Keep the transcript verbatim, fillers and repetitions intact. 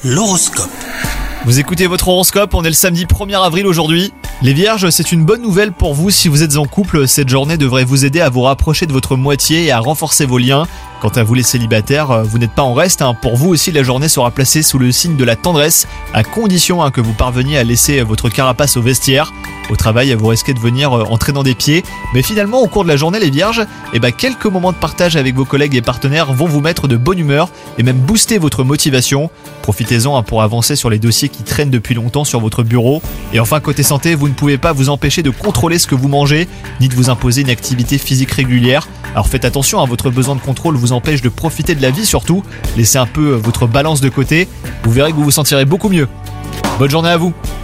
L'horoscope. Vous écoutez votre horoscope, on est le samedi premier avril aujourd'hui. Les Vierges, c'est une bonne nouvelle pour vous si vous êtes en couple. Cette journée devrait vous aider à vous rapprocher de votre moitié et à renforcer vos liens. Quant à vous les célibataires, vous n'êtes pas en reste. Hein. Pour vous aussi, la journée sera placée sous le signe de la tendresse, à condition hein, que vous parveniez à laisser votre carapace au vestiaire. Au travail, vous risquez de venir en traînant des pieds. Mais finalement, au cours de la journée, les Vierges, eh ben, quelques moments de partage avec vos collègues et partenaires vont vous mettre de bonne humeur et même booster votre motivation. Profitez-en hein, pour avancer sur les dossiers qui traînent depuis longtemps sur votre bureau. Et enfin, côté santé, vous ne pouvez pas vous empêcher de contrôler ce que vous mangez, ni de vous imposer une activité physique régulière. Alors faites attention, hein, votre besoin de contrôle vous empêche de profiter de la vie surtout. Laissez un peu votre balance de côté, vous verrez que vous vous sentirez beaucoup mieux. Bonne journée à vous.